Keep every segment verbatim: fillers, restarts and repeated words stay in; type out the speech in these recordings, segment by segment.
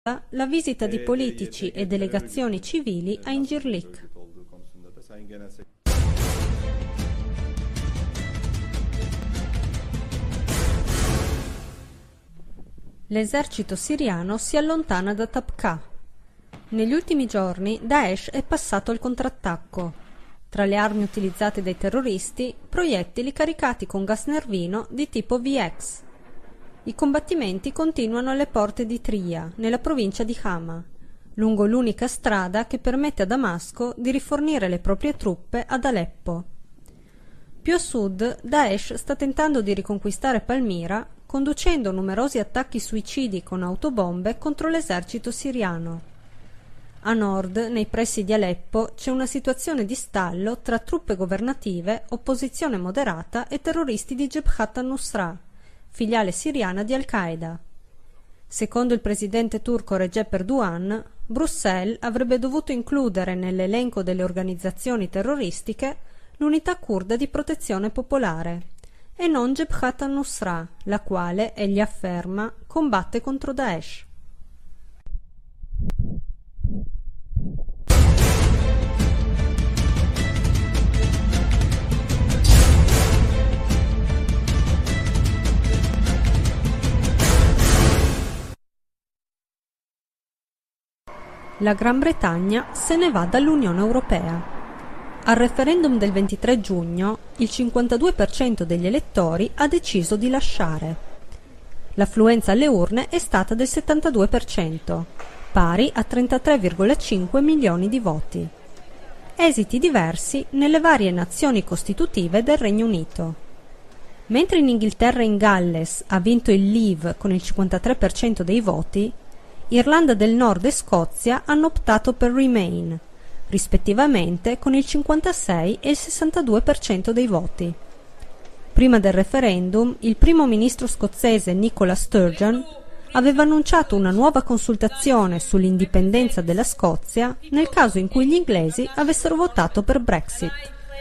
la visita di politici e delegazioni civili a Incirlik. L'esercito siriano si allontana da Tabqa. Negli ultimi giorni Daesh è passato al contrattacco. Tra le armi utilizzate dai terroristi, proiettili caricati con gas nervino di tipo V X. I combattimenti continuano alle porte di Tria, nella provincia di Hama, lungo l'unica strada che permette a Damasco di rifornire le proprie truppe ad Aleppo. Più a sud, Daesh sta tentando di riconquistare Palmira, conducendo numerosi attacchi suicidi con autobombe contro l'esercito siriano. A nord, nei pressi di Aleppo, c'è una situazione di stallo tra truppe governative, opposizione moderata e terroristi di Jabhat al-Nusra, filiale siriana di Al-Qaeda. Secondo il presidente turco Recep Erdogan, Bruxelles avrebbe dovuto includere nell'elenco delle organizzazioni terroristiche l'unità curda di protezione popolare e non Jabhat al-Nusra, la quale, egli afferma, combatte contro Daesh. La Gran Bretagna se ne va dall'Unione Europea. Al referendum del ventitré giugno, il cinquantadue per cento degli elettori ha deciso di lasciare. L'affluenza alle urne è stata del settantadue per cento, pari a trentatré virgola cinque milioni di voti. Esiti diversi nelle varie nazioni costitutive del Regno Unito. Mentre in Inghilterra e in Galles ha vinto il Leave con il cinquantatré per cento dei voti, Irlanda del Nord e Scozia hanno optato per Remain, rispettivamente con il cinquantasei e il sessantadue per cento dei voti. Prima del referendum, il primo ministro scozzese Nicola Sturgeon aveva annunciato una nuova consultazione sull'indipendenza della Scozia nel caso in cui gli inglesi avessero votato per Brexit.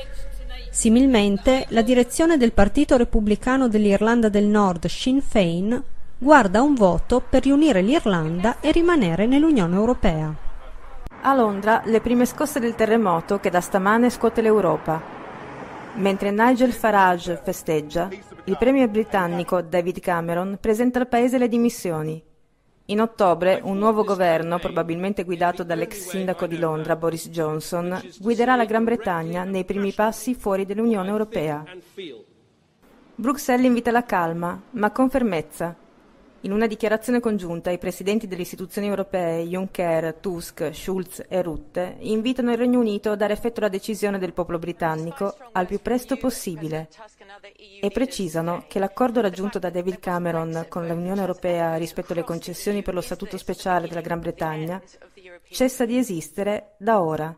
Similmente, la direzione del Partito Repubblicano dell'Irlanda del Nord Sinn Féin guarda un voto per riunire l'Irlanda e rimanere nell'Unione Europea. A Londra le prime scosse del terremoto che da stamane scuote l'Europa. Mentre Nigel Farage festeggia, il premier britannico David Cameron presenta al paese le dimissioni. In ottobre un nuovo governo, probabilmente guidato dall'ex sindaco di Londra Boris Johnson, guiderà la Gran Bretagna nei primi passi fuori dall'Unione Europea. Bruxelles invita la calma, ma con fermezza. In una dichiarazione congiunta, i presidenti delle istituzioni europee Juncker, Tusk, Schulz e Rutte invitano il Regno Unito a dare effetto alla decisione del popolo britannico al più presto possibile e precisano che l'accordo raggiunto da David Cameron con l'Unione Europea rispetto alle concessioni per lo statuto speciale della Gran Bretagna cessa di esistere da ora.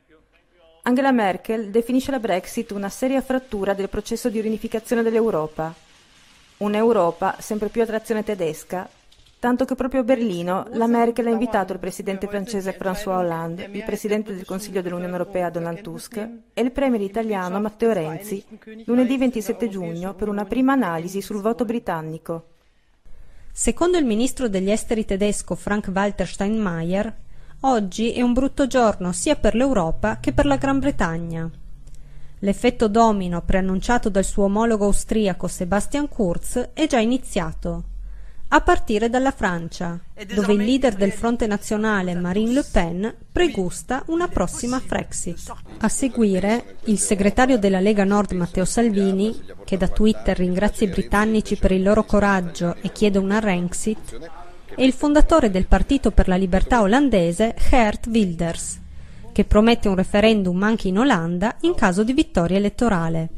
Angela Merkel definisce la Brexit una seria frattura del processo di riunificazione dell'Europa. Un'Europa sempre più a trazione tedesca, tanto che proprio a Berlino la Merkel ha invitato il presidente francese François Hollande, il presidente del Consiglio dell'Unione Europea Donald Tusk e il premier italiano Matteo Renzi lunedì ventisette giugno per una prima analisi sul voto britannico. Secondo il ministro degli esteri tedesco Frank-Walter Steinmeier, oggi è un brutto giorno sia per l'Europa che per la Gran Bretagna. L'effetto domino preannunciato dal suo omologo austriaco Sebastian Kurz è già iniziato, a partire dalla Francia, dove il leader del Fronte Nazionale Marine Le Pen pregusta una prossima Frexit. A seguire, il segretario della Lega Nord Matteo Salvini, che da Twitter ringrazia i britannici per il loro coraggio e chiede una Renxit, e il fondatore del Partito per la Libertà olandese Geert Wilders, che promette un referendum anche in Olanda in caso di vittoria elettorale.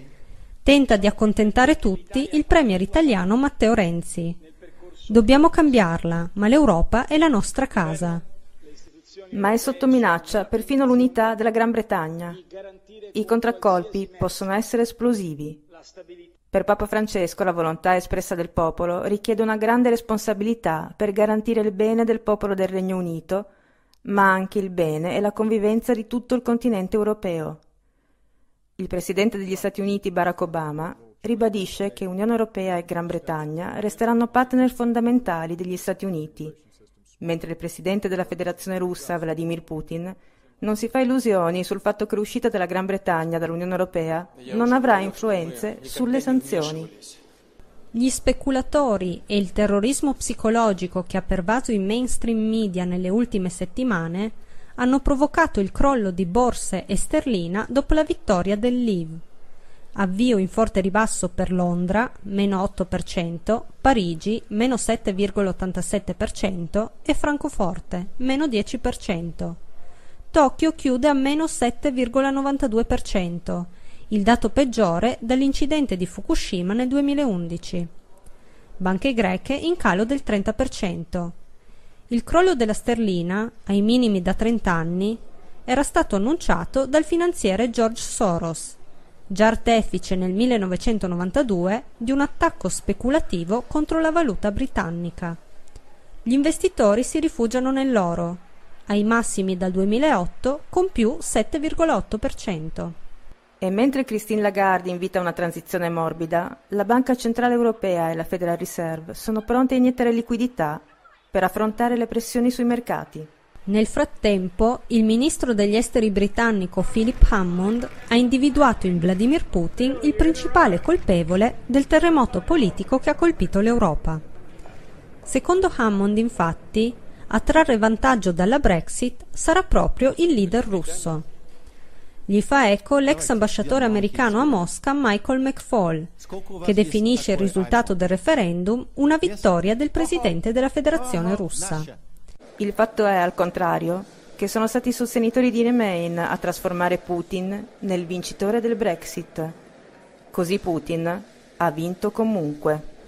Tenta di accontentare tutti il premier italiano Matteo Renzi. Dobbiamo cambiarla, ma l'Europa è la nostra casa. Ma è sotto minaccia perfino l'unità della Gran Bretagna. I contraccolpi possono essere esplosivi. Per Papa Francesco la volontà espressa del popolo richiede una grande responsabilità per garantire il bene del popolo del Regno Unito, ma anche il bene e la convivenza di tutto il continente europeo. Il presidente degli Stati Uniti Barack Obama ribadisce che Unione Europea e Gran Bretagna resteranno partner fondamentali degli Stati Uniti mentre il presidente della Federazione Russa, Vladimir Putin, non si fa illusioni sul fatto che l'uscita della Gran Bretagna dall'Unione Europea non avrà influenze sulle sanzioni. Gli speculatori e il terrorismo psicologico che ha pervaso i mainstream media nelle ultime settimane hanno provocato il crollo di borse e sterlina dopo la vittoria del Leave. Avvio in forte ribasso per Londra, meno otto per cento, Parigi, meno sette virgola ottantasette per cento e Francoforte, meno dieci per cento. Tokyo chiude a meno sette virgola novantadue per cento, il dato peggiore dall'incidente di Fukushima nel duemilaundici. Banche greche in calo del trenta per cento. Il crollo della sterlina, ai minimi da trenta anni, era stato annunciato dal finanziere George Soros, già artefice nel millenovecentonovantadue di un attacco speculativo contro la valuta britannica. Gli investitori si rifugiano nell'oro, ai massimi dal duemilaotto con più sette virgola otto per cento. E mentre Christine Lagarde invita a una transizione morbida, la Banca Centrale Europea e la Federal Reserve sono pronte a iniettare liquidità per affrontare le pressioni sui mercati. Nel frattempo, il ministro degli esteri britannico Philip Hammond ha individuato in Vladimir Putin il principale colpevole del terremoto politico che ha colpito l'Europa. Secondo Hammond, infatti, a trarre vantaggio dalla Brexit sarà proprio il leader russo. Gli fa eco l'ex ambasciatore americano a Mosca Michael McFaul, che definisce il risultato del referendum una vittoria del presidente della Federazione Russa. Il fatto è, al contrario, che sono stati i sostenitori di Remain a trasformare Putin nel vincitore del Brexit. Così Putin ha vinto comunque.